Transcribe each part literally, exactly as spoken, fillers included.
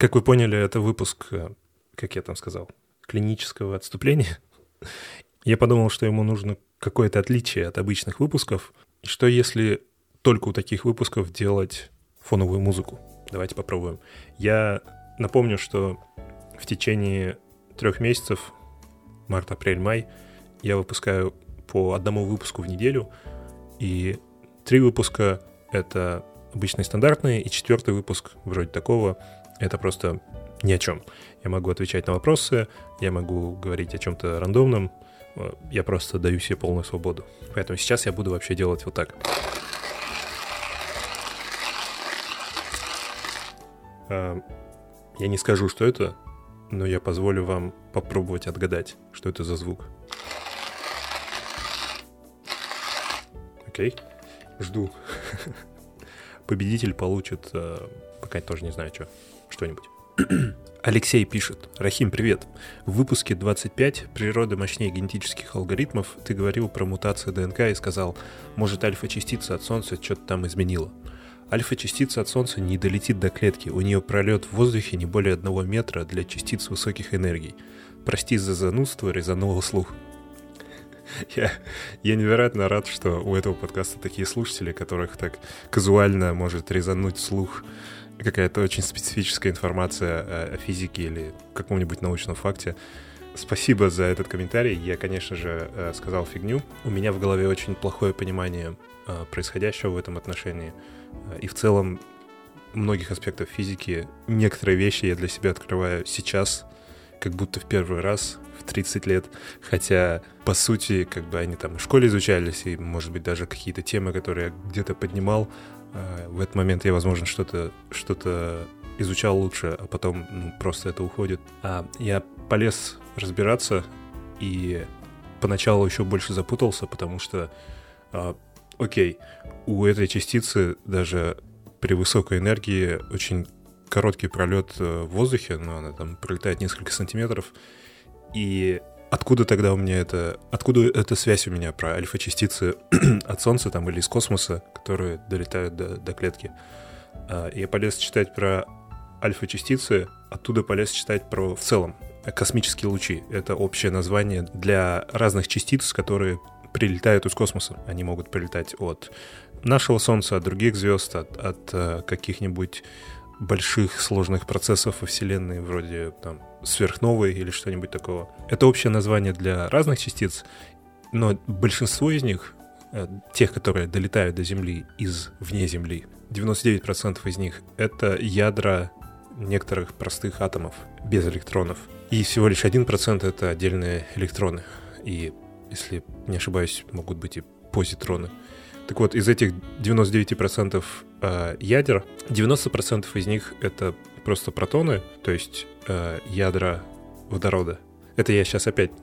Как вы поняли, это выпуск, как я там сказал, клинического отступления. Я подумал, что ему нужно какое-то отличие от обычных выпусков. И что если только у таких выпусков делать фоновую музыку? Давайте попробуем. Я напомню, что в течение трех месяцев, март, апрель, май, я выпускаю по одному выпуску в неделю. И три выпуска — это обычные стандартные, и четвертый выпуск, вроде такого, это просто ни о чем. Я могу отвечать на вопросы, я могу говорить о чем-то рандомном, я просто даю себе полную свободу. Поэтому сейчас я буду вообще делать вот так. Я не скажу, что это, но я позволю вам попробовать отгадать, что это за звук. Окей, жду. Победитель получит, пока тоже не знаю, что, что-нибудь. Алексей пишет. Рахим, привет. В выпуске двадцать пять «Природа мощнее генетических алгоритмов» ты говорил про мутации ДНК и сказал, может, альфа-частица от Солнца что-то там изменила. Альфа-частица от Солнца не долетит до клетки, у нее пролет в воздухе не более одного метра для частиц высоких энергий. Прости за занудство, резануло слух. Я, я невероятно рад, что у этого подкаста такие слушатели, которых так казуально может резануть слух какая-то очень специфическая информация о, о физике или каком-нибудь научном факте. Спасибо за этот комментарий. Я, конечно же, сказал фигню. У меня в голове очень плохое понимание происходящего в этом отношении. И в целом многих аспектов физики некоторые вещи я для себя открываю сейчас, как будто в первый раз в тридцать лет, хотя, по сути, как бы они там в школе изучались, и, может быть, даже какие-то темы, которые я где-то поднимал, в этот момент я, возможно, что-то, что-то изучал лучше, а потом ну, просто это уходит. А я полез разбираться, и поначалу еще больше запутался, потому что, а, окей, у этой частицы даже при высокой энергии очень короткий пролет в воздухе, но она там пролетает несколько сантиметров. И откуда тогда у меня это... Откуда эта связь у меня про альфа-частицы от Солнца там, или из космоса, которые долетают до, до клетки? Я полез читать про альфа-частицы, оттуда полез читать про в целом космические лучи. Это общее название для разных частиц, которые прилетают из космоса. Они могут прилетать от нашего Солнца, от других звезд, от, от каких-нибудь больших сложных процессов во Вселенной, вроде там сверхновой или что-нибудь такого. Это общее название для разных частиц, но большинство из них, тех, которые долетают до Земли из вне Земли, девяносто девять процентов из них — это ядра некоторых простых атомов без электронов. И всего лишь один процент — это отдельные электроны. И, если не ошибаюсь, могут быть и позитроны. Так вот, из этих девяносто девять процентов э, ядер, девяносто процентов из них — это просто протоны, то есть э, ядра водорода. Это я сейчас опять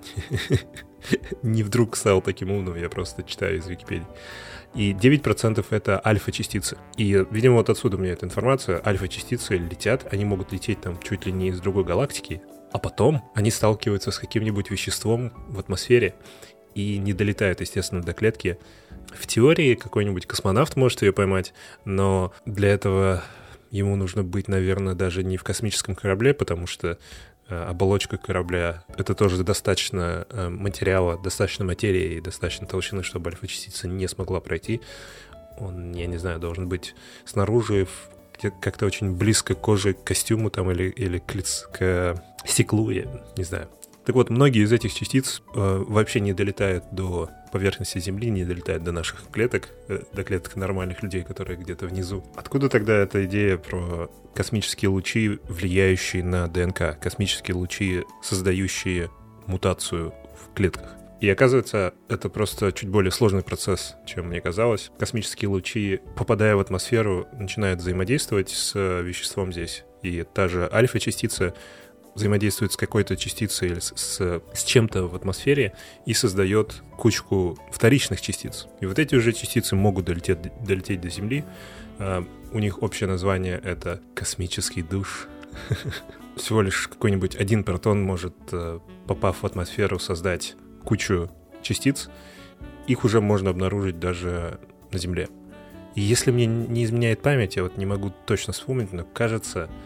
не вдруг стал таким умным, я просто читаю из Википедии. И девять процентов — это альфа-частицы. И, видимо, вот отсюда у меня эта информация. Альфа-частицы летят, они могут лететь там чуть ли не из другой галактики, а потом они сталкиваются с каким-нибудь веществом в атмосфере и не долетают, естественно, до клетки. В теории какой-нибудь космонавт может ее поймать, но для этого ему нужно быть, наверное, даже не в космическом корабле, потому что э, оболочка корабля — это тоже достаточно э, материала, достаточно материи и достаточно толщины, чтобы альфа-частица не смогла пройти. Он, я не знаю, должен быть снаружи, в, как-то очень близко к коже, к костюму там, или, или к, лиц, к стеклу, я не знаю. Так вот, многие из этих частиц э, вообще не долетают до поверхности Земли, не долетают до наших клеток, э, до клеток нормальных людей, которые где-то внизу. Откуда тогда эта идея про космические лучи, влияющие на ДНК, космические лучи, создающие мутацию в клетках? И оказывается, это просто чуть более сложный процесс, чем мне казалось. Космические лучи, попадая в атмосферу, начинают взаимодействовать с веществом здесь. И та же альфа-частица взаимодействует с какой-то частицей или с, с, с чем-то в атмосфере и создает кучку вторичных частиц. И вот эти уже частицы могут долететь, долететь до Земли. Uh, у них общее название — это космический душ. Всего лишь какой-нибудь один протон может, uh, попав в атмосферу, создать кучу частиц. Их уже можно обнаружить даже на Земле. И если мне не изменяет память, я вот не могу точно вспомнить, но кажется,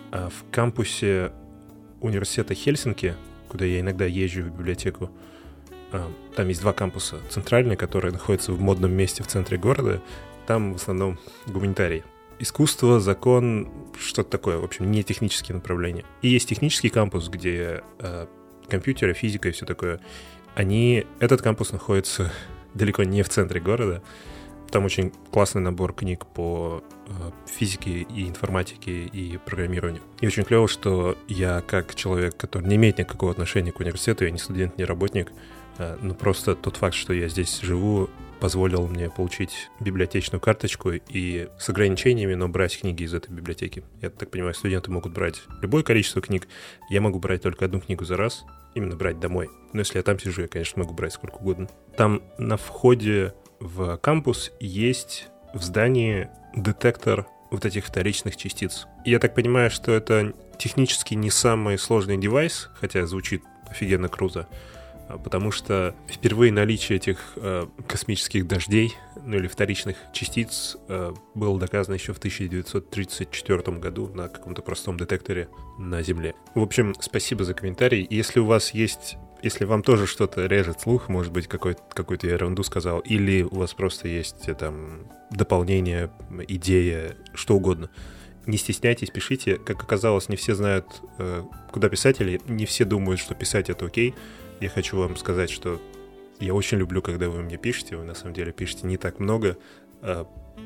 А в кампусе университета Хельсинки, куда я иногда езжу в библиотеку, там есть два кампуса. Центральный, который находится в модном месте в центре города, там в основном гуманитарий. Искусство, закон, что-то такое, в общем, не технические направления. И есть технический кампус, где э, компьютеры, физика и все такое. Они, этот кампус находится далеко не в центре города. Там очень классный набор книг по э, физике и информатике и программированию. И очень клево, что я, как человек, который не имеет никакого отношения к университету, я не студент, не работник, э, но просто тот факт, что я здесь живу, позволил мне получить библиотечную карточку и с ограничениями, но брать книги из этой библиотеки. Я так понимаю, студенты могут брать любое количество книг, я могу брать только одну книгу за раз, именно брать домой. Но если я там сижу, я, конечно, могу брать сколько угодно. Там на входе в кампус есть в здании детектор вот этих вторичных частиц. И я так понимаю, что это технически не самый сложный девайс, хотя звучит офигенно круто, потому что впервые наличие этих э, космических дождей, ну или вторичных частиц, э, было доказано еще в тысяча девятьсот тридцать четвёртом году на каком-то простом детекторе на Земле. В общем, спасибо за комментарий. Если у вас есть, если вам тоже что-то режет слух, может быть, какой-то, какую-то ерунду сказал, или у вас просто есть там дополнение, идея, что угодно, не стесняйтесь, пишите. Как оказалось, не все знают, э, куда писать, или не все думают, что писать — это окей. Я хочу вам сказать, что я очень люблю, когда вы мне пишете. Вы на самом деле пишете не так много э,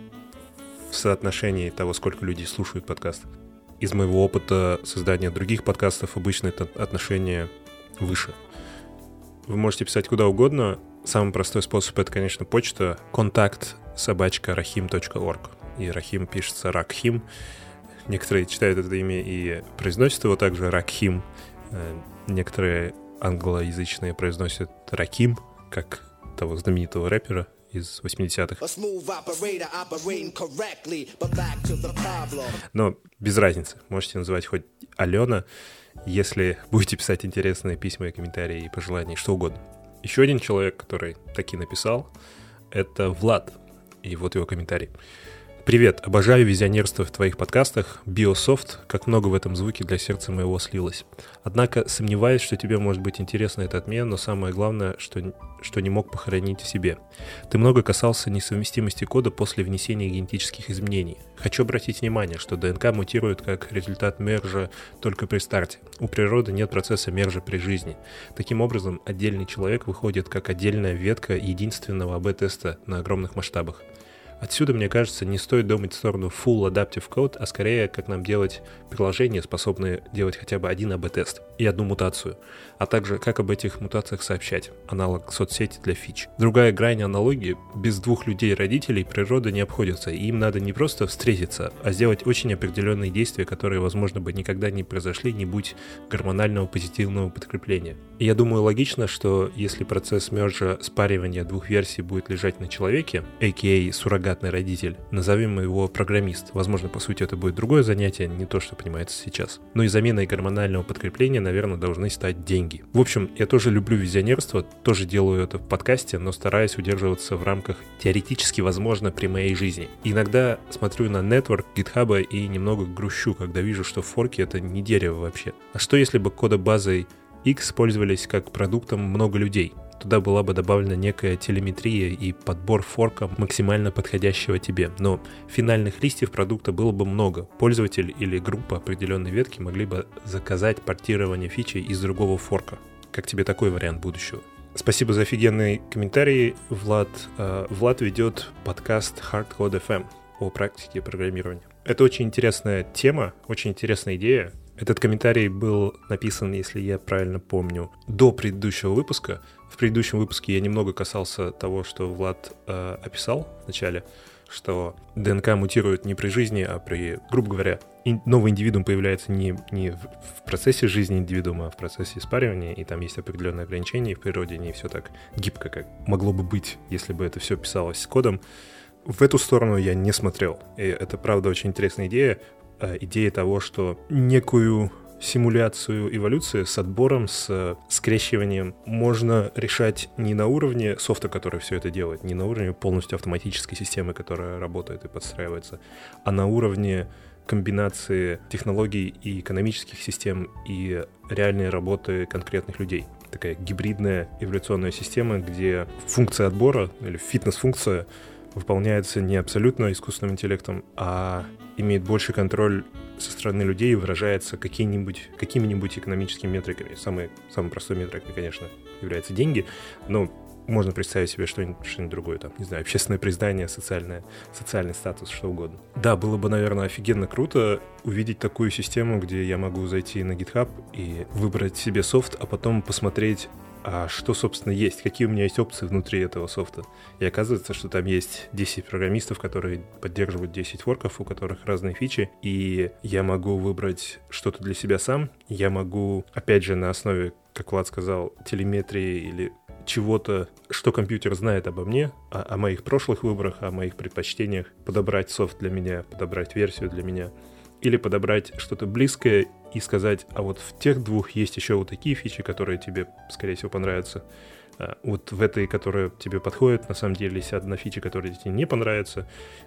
в соотношении того, сколько людей слушают подкаст. Из моего опыта создания других подкастов обычно это отношение выше. Вы можете писать куда угодно. Самый простой способ — это, конечно, почта контакт собака рахим точка орг. И Рахим пишется Ракхим. Некоторые читают это имя и произносят его также Ракхим. Некоторые англоязычные произносят Раким, как того знаменитого рэпера из восьмидесятых. Но без разницы. Можете называть хоть Алена, если будете писать интересные письма и комментарии и пожелания, что угодно. Еще один человек, который таки написал, это Влад. И вот его комментарий. Привет, обожаю визионерство в твоих подкастах. Биософт, как много в этом звуке для сердца моего слилось. Однако сомневаюсь, что тебе может быть интересно этот обмен, но самое главное, что, что не мог похоронить в себе. Ты много касался несовместимости кода после внесения генетических изменений. Хочу обратить внимание, что ДНК мутирует как результат мержа только при старте. У природы нет процесса мержа при жизни. Таким образом, отдельный человек выходит как отдельная ветка единственного эй би-теста на огромных масштабах. Отсюда, мне кажется, не стоит думать в сторону full adaptive code, а скорее, как нам делать приложения, способные делать хотя бы один эй би-тест и одну мутацию, а также как об этих мутациях сообщать, аналог соцсети для фич. Другая грань аналогии: без двух людей-родителей природа не обходится, и им надо не просто встретиться, а сделать очень определенные действия, которые, возможно, бы никогда не произошли, не будь гормонального позитивного подкрепления. И я думаю, логично, что если процесс мержа, спаривания двух версий будет лежать на человеке, а.к.а. суррогат родитель, назовем его программист. Возможно, по сути, это будет другое занятие, не то, что понимается сейчас. Но и заменой гормонального подкрепления, наверное, должны стать деньги. В общем, я тоже люблю визионерство, тоже делаю это в подкасте, но стараюсь удерживаться в рамках теоретически возможно при моей жизни. Иногда смотрю на нетворк гитхаба и немного грущу, когда вижу, что форки — это не дерево вообще. А что если бы кодобазой X использовались как продуктом много людей? Туда была бы добавлена некая телеметрия и подбор форка максимально подходящего тебе. Но финальных листьев продукта было бы много. Пользователь или группа определенной ветки могли бы заказать портирование фичи из другого форка. Как тебе такой вариант будущего? Спасибо за офигенный комментарий, Влад. Влад ведет подкаст Hardcode эф эм о практике программирования. Это очень интересная тема, очень интересная идея. Этот комментарий был написан, если я правильно помню, до предыдущего выпуска. В предыдущем выпуске я немного касался того, что Влад э, описал в начале, что ДНК мутирует не при жизни, а при, грубо говоря, ин, новый индивидуум появляется не, не в, в процессе жизни индивидуума, а в процессе спаривания, и там есть определенные ограничения в природе, не все так гибко, как могло бы быть, если бы это все писалось с кодом. В эту сторону я не смотрел, и это, правда, очень интересная идея. Идея того, что некую симуляцию эволюции с отбором, с скрещиванием можно решать не на уровне софта, который все это делает, не на уровне полностью автоматической системы, которая работает и подстраивается, а на уровне комбинации технологий и экономических систем и реальной работы конкретных людей. Такая гибридная эволюционная система, где функция отбора или фитнес-функция выполняется не абсолютно искусственным интеллектом, а имеет больший контроль со стороны людей и выражается какими-нибудь, какими-нибудь экономическими метриками. Самой, самой простой метрикой, конечно, являются деньги, но можно представить себе что-нибудь, что-нибудь другое, там, не знаю, общественное признание, социальное, социальный статус, что угодно. Да, было бы, наверное, офигенно круто увидеть такую систему, где я могу зайти на GitHub и выбрать себе софт, а потом посмотреть, а что, собственно, есть, какие у меня есть опции внутри этого софта. И оказывается, что там есть десять программистов, которые поддерживают десять форков, у которых разные фичи, и я могу выбрать что-то для себя сам. Я могу, опять же, на основе, как Влад сказал, телеметрии или чего-то, что компьютер знает обо мне, о, о моих прошлых выборах, о моих предпочтениях, подобрать софт для меня, подобрать версию для меня, или подобрать что-то близкое и сказать, а вот в тех двух есть еще вот такие фичи, которые тебе, скорее всего, понравятся. А вот в этой, которая тебе подходит, на самом деле есть одна фича, которая тебе не понравится,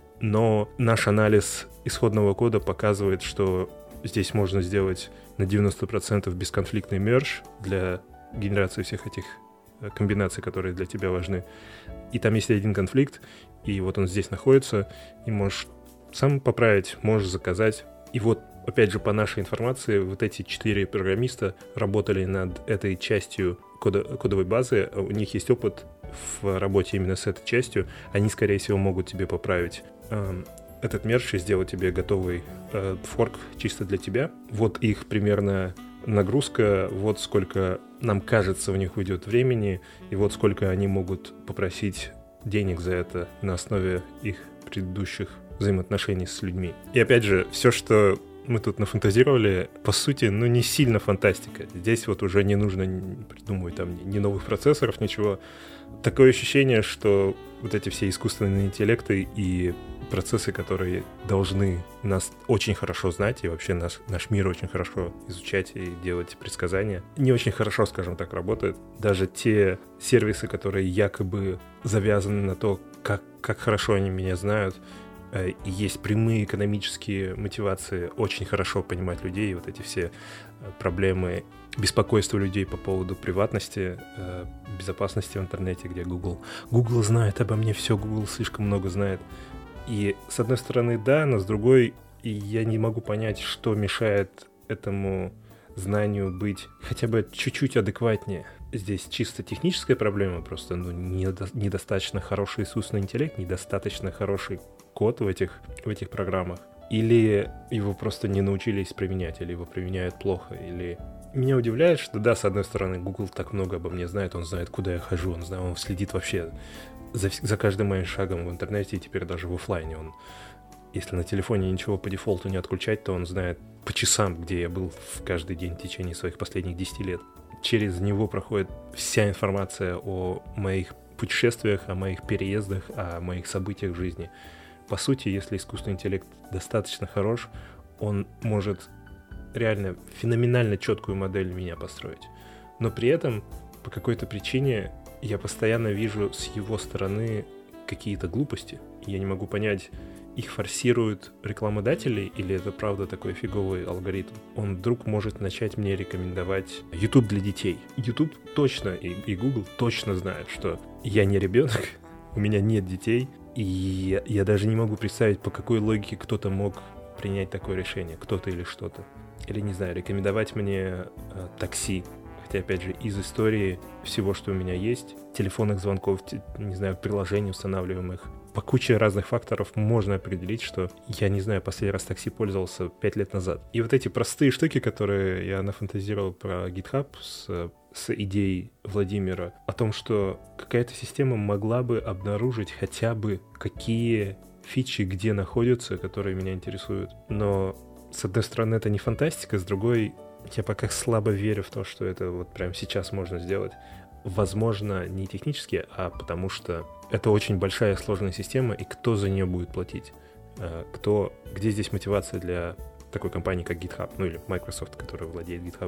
но наш анализ исходного кода показывает, что здесь можно сделать на девяносто процентов бесконфликтный мерж для генерации всех этих комбинаций, которые для тебя важны. И там есть один конфликт, и вот он здесь находится, и можешь сам поправить, можешь заказать. И вот, опять же, по нашей информации, вот эти четыре программиста работали над этой частью кода, кодовой базы, у них есть опыт в работе именно с этой частью, они, скорее всего, могут тебе поправить э, этот мерч и сделать тебе готовый э, форк чисто для тебя. Вот их примерно нагрузка, вот сколько нам кажется в них уйдет времени, и вот сколько они могут попросить денег за это на основе их предыдущих взаимоотношений с людьми. И опять же, все, что мы тут нафантазировали, по сути, ну не сильно фантастика. Здесь вот уже не нужно придумывать там ни новых процессоров, ничего. Такое ощущение, что вот эти все искусственные интеллекты и процессы, которые должны нас очень хорошо знать и вообще наш, наш мир очень хорошо изучать и делать предсказания, не очень хорошо, скажем так, работают. Даже те сервисы, которые якобы завязаны на то, как, как хорошо они меня знают, и есть прямые экономические мотивации очень хорошо понимать людей, и вот эти все проблемы, беспокойство людей по поводу приватности, безопасности в интернете, где Google. Google знает обо мне все, Google слишком много знает. И с одной стороны, да, но с другой я не могу понять, что мешает этому знанию быть хотя бы чуть-чуть адекватнее. Здесь чисто техническая проблема, просто ну, недо- недостаточно хороший искусственный интеллект, недостаточно хороший код в этих, в этих программах. Или его просто не научились применять, или его применяют плохо, или... Меня удивляет, что да, с одной стороны, Google так много обо мне знает, он знает, куда я хожу, он знает, он следит вообще за, за каждым моим шагом в интернете и теперь даже в офлайне. Он, если на телефоне ничего по дефолту не отключать, то он знает по часам, где я был в каждый день в течение своих последних десяти лет. Через него проходит вся информация о моих путешествиях, о моих переездах, о моих событиях в жизни. По сути, если искусственный интеллект достаточно хорош, он может реально феноменально четкую модель меня построить. Но при этом по какой-то причине я постоянно вижу с его стороны какие-то глупости. Я не могу понять, их форсируют рекламодатели или это правда такой фиговый алгоритм. Он вдруг может начать мне рекомендовать YouTube для детей. YouTube точно и, и Google точно знают, что я не ребенок, у меня нет детей, и я, я даже не могу представить, по какой логике кто-то мог принять такое решение, кто-то или что-то. Или, не знаю, рекомендовать мне э, такси. Хотя, опять же, из истории всего, что у меня есть, телефонных звонков, не знаю, приложений устанавливаемых, по куче разных факторов можно определить, что я, не знаю, последний раз такси пользовался пять лет назад. И вот эти простые штуки, которые я нафантазировал про GitHub с, с идеей Владимира о том, что какая-то система могла бы обнаружить хотя бы какие фичи где находятся, которые меня интересуют. Но с одной стороны, это не фантастика, с другой, я пока слабо верю в то, что это вот прямо сейчас можно сделать. Возможно, не технически, а потому что это очень большая сложная система, и кто за нее будет платить? Кто, где здесь мотивация для такой компании, как GitHub, ну или Microsoft, которая владеет GitHub?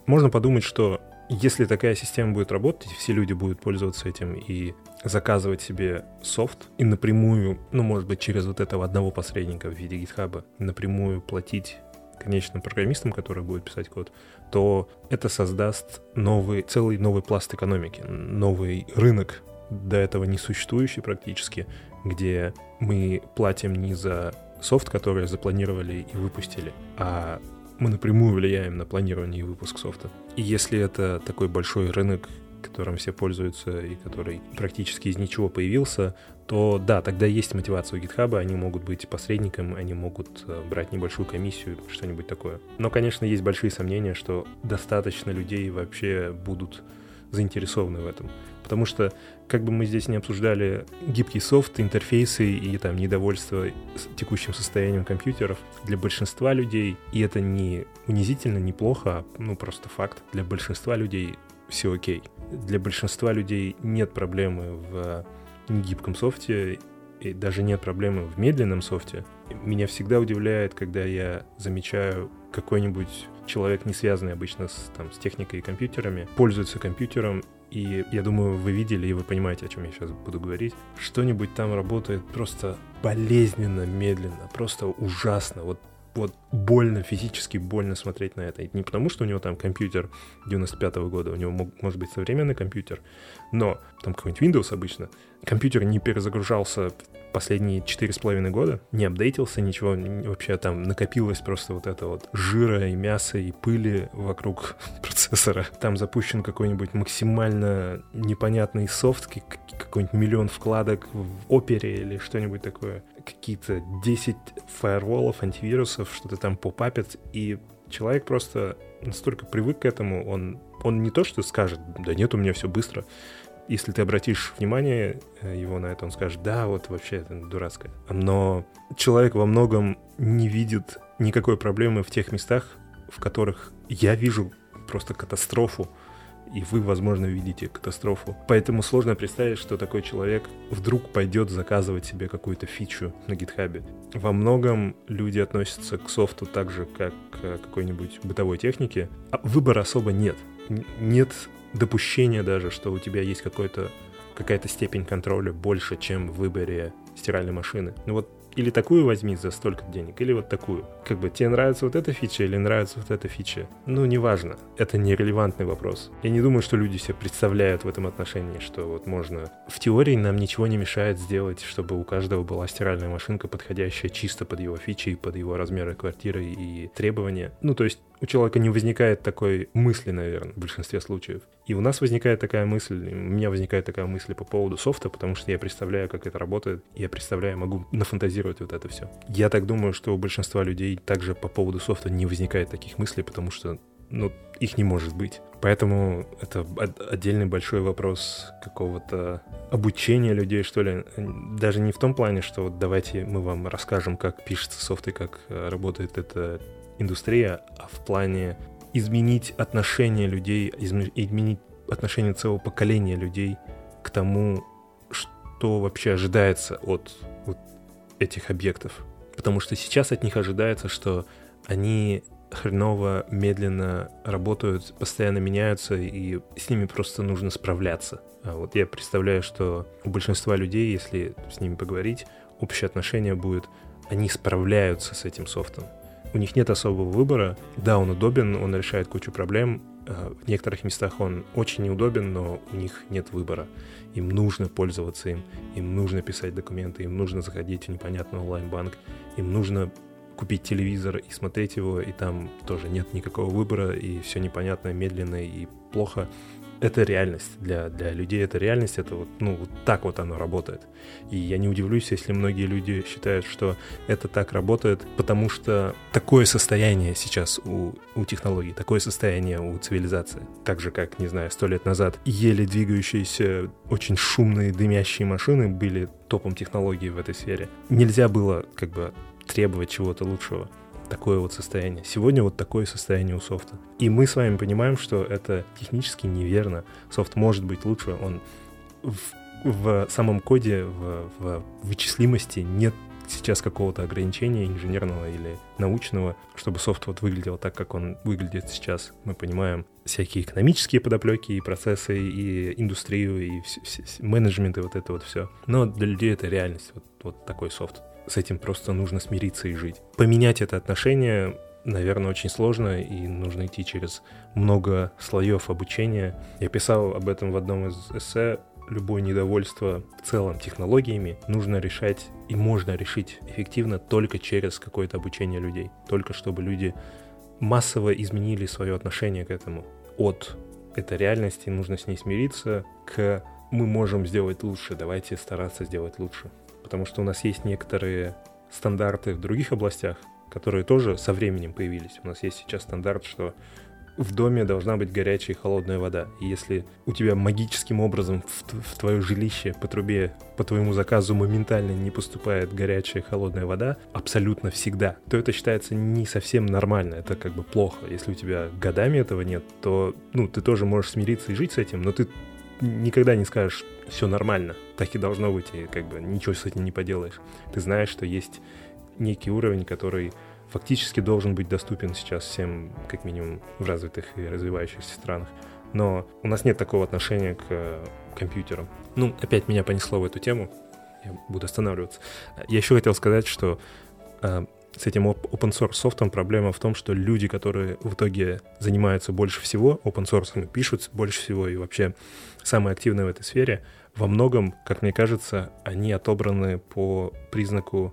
можно подумать, что если такая система будет работать, все люди будут пользоваться этим и заказывать себе софт, и напрямую, ну, может быть, через вот этого одного посредника в виде GitHub, напрямую платить конечным программистам, которые будут писать код, то это создаст новый, целый новый пласт экономики, новый рынок, до этого не существующий практически, где мы платим не за софт, который запланировали и выпустили, а мы напрямую влияем на планирование и выпуск софта. И если это такой большой рынок, которым все пользуются и который практически из ничего появился, то да, тогда есть мотивация у GitHub, они могут быть посредником, они могут брать небольшую комиссию, что-нибудь такое. Но, конечно, есть большие сомнения, что достаточно людей вообще будут заинтересованы в этом. Потому что, как бы мы здесь не обсуждали гибкий софт, интерфейсы и там недовольство текущим состоянием компьютеров, для большинства людей, и это не унизительно, не плохо, а ну просто факт, для большинства людей все окей. Для большинства людей нет проблемы в негибком софте, и даже нет проблемы в медленном софте. Меня всегда удивляет, когда я замечаю какой-нибудь человек, не связанный обычно с, там, с техникой и компьютерами, пользуется компьютером, и я думаю, вы видели и вы понимаете, о чем я сейчас буду говорить. Что-нибудь там работает просто болезненно, медленно, просто ужасно. Вот, вот больно, физически больно смотреть на это. И не потому, что у него там компьютер девяносто пятого года, у него мог, может быть современный компьютер, но там какой-нибудь Windows обычно. Компьютер не перезагружался последние четыре с половиной года, не апдейтился, ничего, вообще там накопилось просто вот это вот жира и мяса и пыли вокруг процессора. Там запущен какой-нибудь максимально непонятный софт, какой-нибудь миллион вкладок в опере или что-нибудь такое. Какие-то десять фаерволов, антивирусов, что-то там попапит, и человек просто настолько привык к этому, он, он не то что скажет, да нет, у меня все быстро. Если ты обратишь внимание его на это, он скажет, да, вот вообще это дурацкое. Но человек во многом не видит никакой проблемы в тех местах, в которых я вижу просто катастрофу, и вы, возможно, видите катастрофу. Поэтому сложно представить, что такой человек вдруг пойдет заказывать себе какую-то фичу на GitHub. Во многом люди относятся к софту так же, как к какой-нибудь бытовой технике. А выбора особо нет. Нет допущения даже, что у тебя есть какой-то, какая-то степень контроля больше, чем в выборе стиральной машины. Ну вот или такую возьми за столько денег, или вот такую. Как бы тебе нравится вот эта фича или нравится вот эта фича? Ну, неважно. Это нерелевантный вопрос. Я не думаю, что люди себе представляют в этом отношении, что вот можно... В теории нам ничего не мешает сделать, чтобы у каждого была стиральная машинка, подходящая чисто под его фичи, под его размеры квартиры и требования. Ну, то есть у человека не возникает такой мысли, наверное, в большинстве случаев. И у нас возникает такая мысль, у меня возникает такая мысль по поводу софта, потому что я представляю, как это работает, я представляю, могу нафантазировать вот это все. Я так думаю, что у большинства людей также по поводу софта не возникает таких мыслей, потому что, ну, их не может быть. Поэтому это отдельный большой вопрос какого-то обучения людей, что ли. Даже не в том плане, что вот давайте мы вам расскажем, как пишется софт и как работает эта индустрия, а в плане изменить отношение людей, изменить отношение целого поколения людей к тому, что вообще ожидается от вот этих объектов. Потому что сейчас от них ожидается, что они хреново, медленно работают, постоянно меняются, и с ними просто нужно справляться. А вот я представляю, что у большинства людей, если с ними поговорить, общее отношение будет, они справляются с этим софтом. У них нет особого выбора. Да, он удобен, он решает кучу проблем. В некоторых местах он очень неудобен, но у них нет выбора. Им нужно пользоваться им, им нужно писать документы, им нужно заходить в непонятный онлайн-банк, им нужно купить телевизор и смотреть его, и там тоже нет никакого выбора, и все непонятно, медленно и плохо. Это реальность. Для, для людей это реальность, это вот, ну, вот так вот оно работает. И я не удивлюсь, если многие люди считают, что это так работает, потому что такое состояние сейчас у, у технологий, такое состояние у цивилизации. Так же, как, не знаю, сто лет назад еле двигающиеся, очень шумные, дымящие машины были топом технологий в этой сфере. Нельзя было, как бы, требовать чего-то лучшего. Такое вот состояние. Сегодня вот такое состояние у софта. И мы с вами понимаем, что это технически неверно. Софт может быть лучше. Он в, в самом коде, в, в вычислимости нет сейчас какого-то ограничения инженерного или научного, чтобы софт вот выглядел так, как он выглядит сейчас. Мы понимаем всякие экономические подоплеки и процессы, и индустрию, и вс- вс- менеджмент, и вот это вот все. Но для людей это реальность, вот, вот такой софт. С этим просто нужно смириться и жить. Поменять это отношение, наверное, очень сложно, и нужно идти через много слоев обучения. Я писал об этом в одном из эссе. Любое недовольство в целом технологиями нужно решать и можно решить эффективно только через какое-то обучение людей. Только чтобы люди массово изменили свое отношение к этому. От этой реальности нужно с ней смириться к мы можем сделать лучше, давайте стараться сделать лучше. Потому что у нас есть некоторые стандарты в других областях, которые тоже со временем появились. У нас есть сейчас стандарт, что в доме должна быть горячая и холодная вода. И если у тебя магическим образом в, в твое жилище по трубе, по твоему заказу моментально не поступает горячая и холодная вода, абсолютно всегда, то это считается не совсем нормально. Это как бы плохо. Если у тебя годами этого нет, то ну, ты тоже можешь смириться и жить с этим, но ты никогда не скажешь «все нормально». Так и должно быть, и как бы ничего с этим не поделаешь. Ты знаешь, что есть некий уровень, который фактически должен быть доступен сейчас всем, как минимум, в развитых и развивающихся странах. Но у нас нет такого отношения к компьютерам. Ну, опять меня понесло в эту тему. Я буду останавливаться. Я еще хотел сказать, что э, с этим open source софтом проблема в том, что люди, которые в итоге занимаются больше всего open source, пишут больше всего и вообще самые активные в этой сфере, во многом, как мне кажется, они отобраны по признаку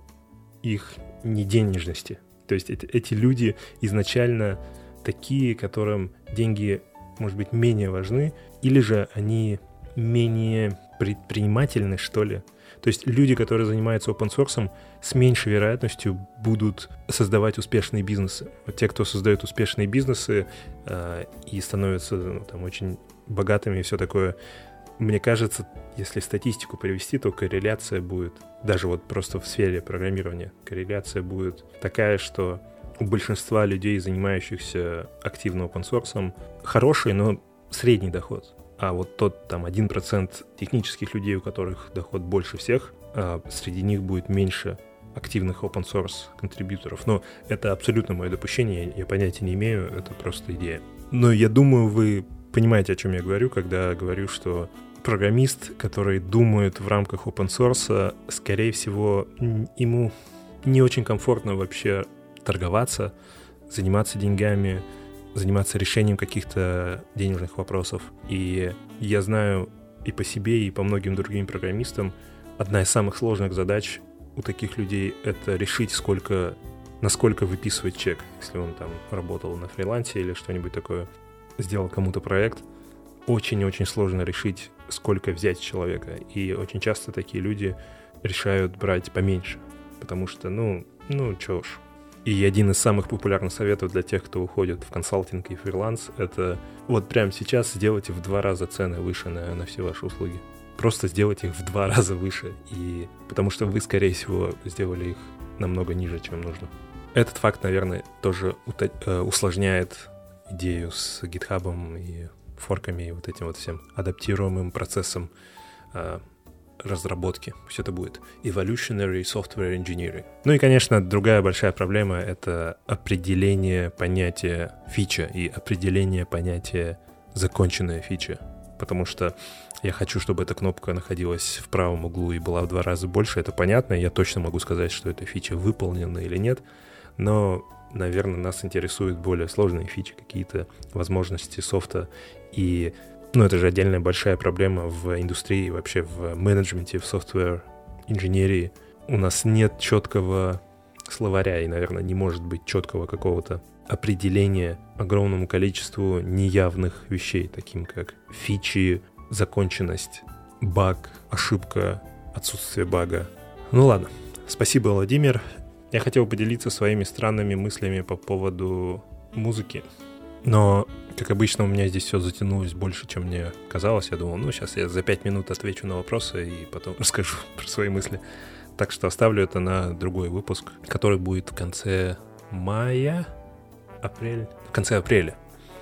их неденежности. То есть эти, эти люди изначально такие, которым деньги, может быть, менее важны, или же они менее предпринимательны, что ли. То есть люди, которые занимаются open source, с меньшей вероятностью будут создавать успешные бизнесы. Вот те, кто создает успешные бизнесы э, и становятся ну, там, очень богатыми и все такое, мне кажется, если статистику привести, то корреляция будет, даже вот просто в сфере программирования, корреляция будет такая, что у большинства людей, занимающихся активно open source, хороший, но средний доход. А вот тот там один процент технических людей, у которых доход больше всех, а среди них будет меньше активных open source контрибьюторов. Но это абсолютно мое допущение, я понятия не имею, это просто идея. Но я думаю, вы понимаете, о чем я говорю, когда говорю, что программист, который думает в рамках open source, скорее всего, ему не очень комфортно вообще торговаться, заниматься деньгами, заниматься решением каких-то денежных вопросов. И я знаю и по себе, и по многим другим программистам, одна из самых сложных задач у таких людей — это решить, сколько, насколько выписывать чек, если он там работал на фрилансе или что-нибудь такое, сделал кому-то проект. Очень-очень сложно решить, сколько взять с человека. И очень часто такие люди решают брать поменьше, потому что, ну, ну, чё уж. И один из самых популярных советов для тех, кто уходит в консалтинг и фриланс, это вот прямо сейчас сделайте в два раза цены выше на, на все ваши услуги. Просто сделайте их в два раза выше, и потому что вы, скорее всего, сделали их намного ниже, чем нужно. Этот факт, наверное, тоже усложняет идею с GitHub и форками и вот этим вот всем адаптируемым процессом э, разработки. Все это будет evolutionary software engineering. Ну и, конечно, другая большая проблема — это определение понятия фича и определение понятия законченная фича. Потому что я хочу, чтобы эта кнопка находилась в правом углу и была в два раза больше. Это понятно, я точно могу сказать, что эта фича выполнена или нет. Но, наверное, нас интересуют более сложные фичи, какие-то возможности софта. И, ну, это же отдельная большая проблема в индустрии, вообще в менеджменте, в софтвер-инженерии. У нас нет четкого словаря и, наверное, не может быть четкого какого-то определения огромному количеству неявных вещей, таким как фичи, законченность, баг, ошибка, отсутствие бага. Ну ладно, спасибо, Владимир. Я хотел поделиться своими странными мыслями по поводу музыки. Но, как обычно, у меня здесь все затянулось больше, чем мне казалось. Я думал, ну, сейчас я за пять минут отвечу на вопросы и потом расскажу про свои мысли. Так что оставлю это на другой выпуск, который будет в конце мая, апрель, в конце апреля.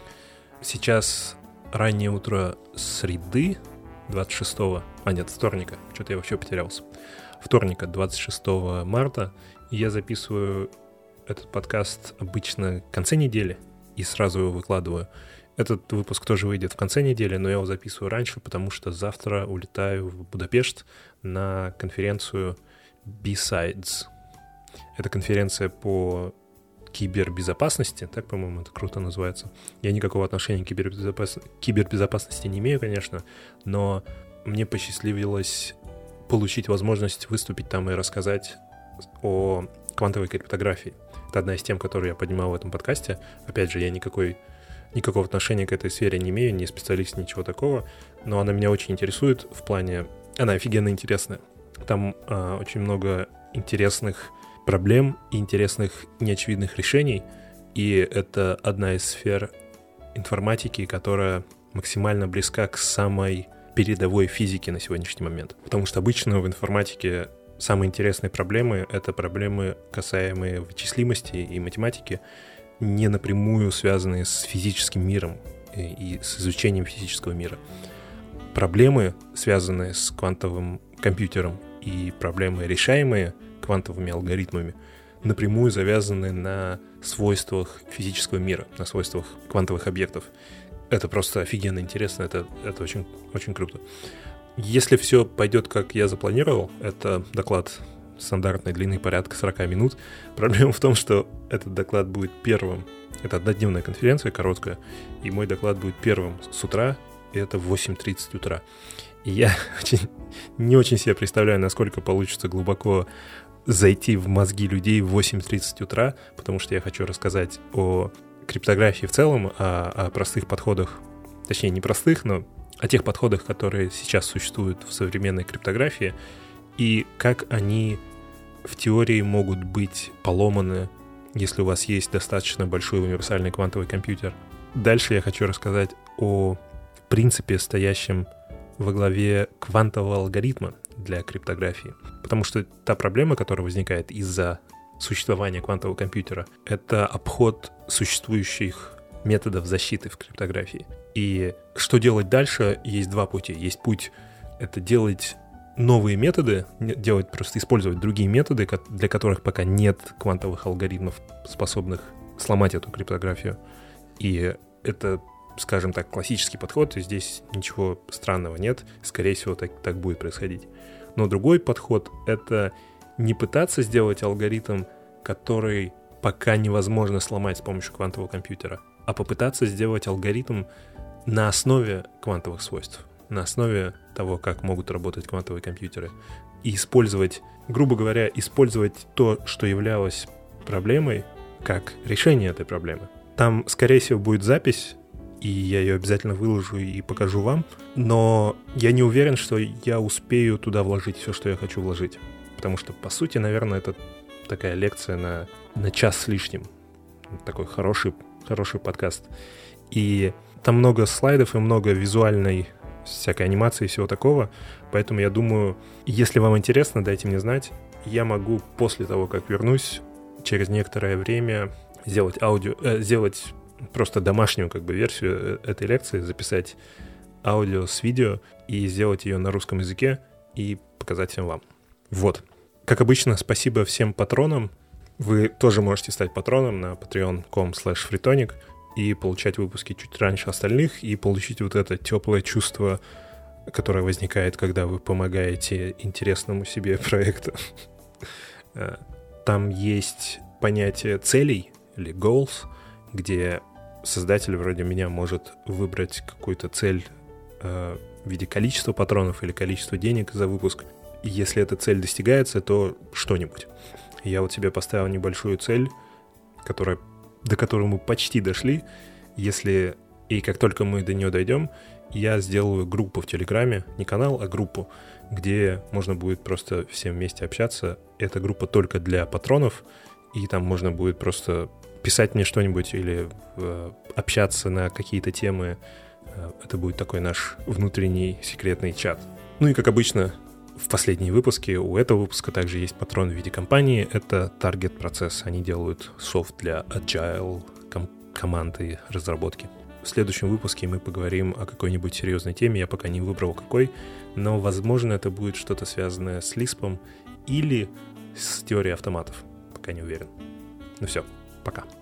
Сейчас раннее утро среды, двадцать шестого, а нет, вторника, что-то я вообще потерялся. вторника, двадцать шестого марта. Я записываю этот подкаст обычно в конце недели и сразу его выкладываю. Этот выпуск тоже выйдет в конце недели, но я его записываю раньше, потому что завтра улетаю в Будапешт на конференцию B-Sides. Это конференция по кибербезопасности, так, по-моему, это круто называется. Я никакого отношения к кибербезопас... кибербезопасности не имею, конечно, но мне посчастливилось получить возможность выступить там и рассказать о квантовой криптографии. Это одна из тем, которые я поднимал в этом подкасте. Опять же, я никакой, никакого отношения к этой сфере не имею, не специалист, ничего такого, но она меня очень интересует в плане... Она офигенно интересная. Там э, очень много интересных проблем и интересных неочевидных решений, и это одна из сфер информатики, которая максимально близка к самой передовой физике на сегодняшний момент. Потому что обычно в информатике самые интересные проблемы — это проблемы, касаемые вычислимости и математики, не напрямую связанные с физическим миром и, и с изучением физического мира. Проблемы, связанные с квантовым компьютером, и проблемы, решаемые квантовыми алгоритмами, напрямую завязаны на свойствах физического мира, на свойствах квантовых объектов. Это просто офигенно интересно, это, это очень, очень круто. Если все пойдет, как я запланировал, это доклад стандартной длины, порядка сорок минут. Проблема в том, что этот доклад будет первым. Это однодневная конференция, короткая, и мой доклад будет первым с утра, и это в восемь тридцать утра. И я очень, не очень себе представляю, насколько получится глубоко зайти в мозги людей в восемь тридцать утра, потому что я хочу рассказать о криптографии в целом, о, о простых подходах, точнее, не простых, но о тех подходах, которые сейчас существуют в современной криптографии, и как они в теории могут быть поломаны, если у вас есть достаточно большой универсальный квантовый компьютер. Дальше я хочу рассказать о принципе, стоящем во главе квантового алгоритма для криптографии. Потому что та проблема, которая возникает из-за существования квантового компьютера, это обход существующих методов защиты в криптографии. И что делать дальше? Есть два пути. Есть путь — это делать новые методы, делать просто использовать другие методы, для которых пока нет квантовых алгоритмов, способных сломать эту криптографию. И это, скажем так, классический подход, и здесь ничего странного нет. Скорее всего, так, так будет происходить. Но другой подход — это не пытаться сделать алгоритм, который пока невозможно сломать с помощью квантового компьютера, а попытаться сделать алгоритм на основе квантовых свойств, на основе того, как могут работать квантовые компьютеры, и использовать, грубо говоря, использовать то, что являлось проблемой, как решение этой проблемы. Там, скорее всего, будет запись, и я ее обязательно выложу и покажу вам, но я не уверен, что я успею туда вложить все, что я хочу вложить, потому что, по сути, наверное, это такая лекция на, на час с лишним, такой хороший, хороший подкаст. И там много слайдов и много визуальной всякой анимации и всего такого, поэтому я думаю, если вам интересно, дайте мне знать. Я могу после того, как вернусь, через некоторое время сделать аудио, э, сделать просто домашнюю как бы версию этой лекции, записать аудио с видео и сделать ее на русском языке и показать всем вам. Вот. Как обычно, спасибо всем патронам. Вы тоже можете стать патроном на patreon точка com слэш freetonic и получать выпуски чуть раньше остальных, и получить вот это теплое чувство, которое возникает, когда вы помогаете интересному себе проекту. Там есть понятие целей или goals, где создатель вроде меня может выбрать какую-то цель в виде количества патронов или количества денег за выпуск. И если эта цель достигается, то что-нибудь. Я вот себе поставил небольшую цель, которая, до которой мы почти дошли. Если и как только мы до нее дойдем, я сделаю группу в Телеграме, не канал, а группу, где можно будет просто всем вместе общаться. Эта группа только для патронов, и там можно будет просто писать мне что-нибудь или э, общаться на какие-то темы. Это будет такой наш внутренний секретный чат. Ну и как обычно, в последние выпуски, у этого выпуска также есть патрон в виде компании. Это Target Process. Они делают софт для agile ком- команды разработки. в следующем выпуске мы поговорим о какой-нибудь серьезной теме. Я пока не выбрал какой, но, возможно, это будет что-то связанное с Лиспом или с теорией автоматов. Пока не уверен. Ну все, пока.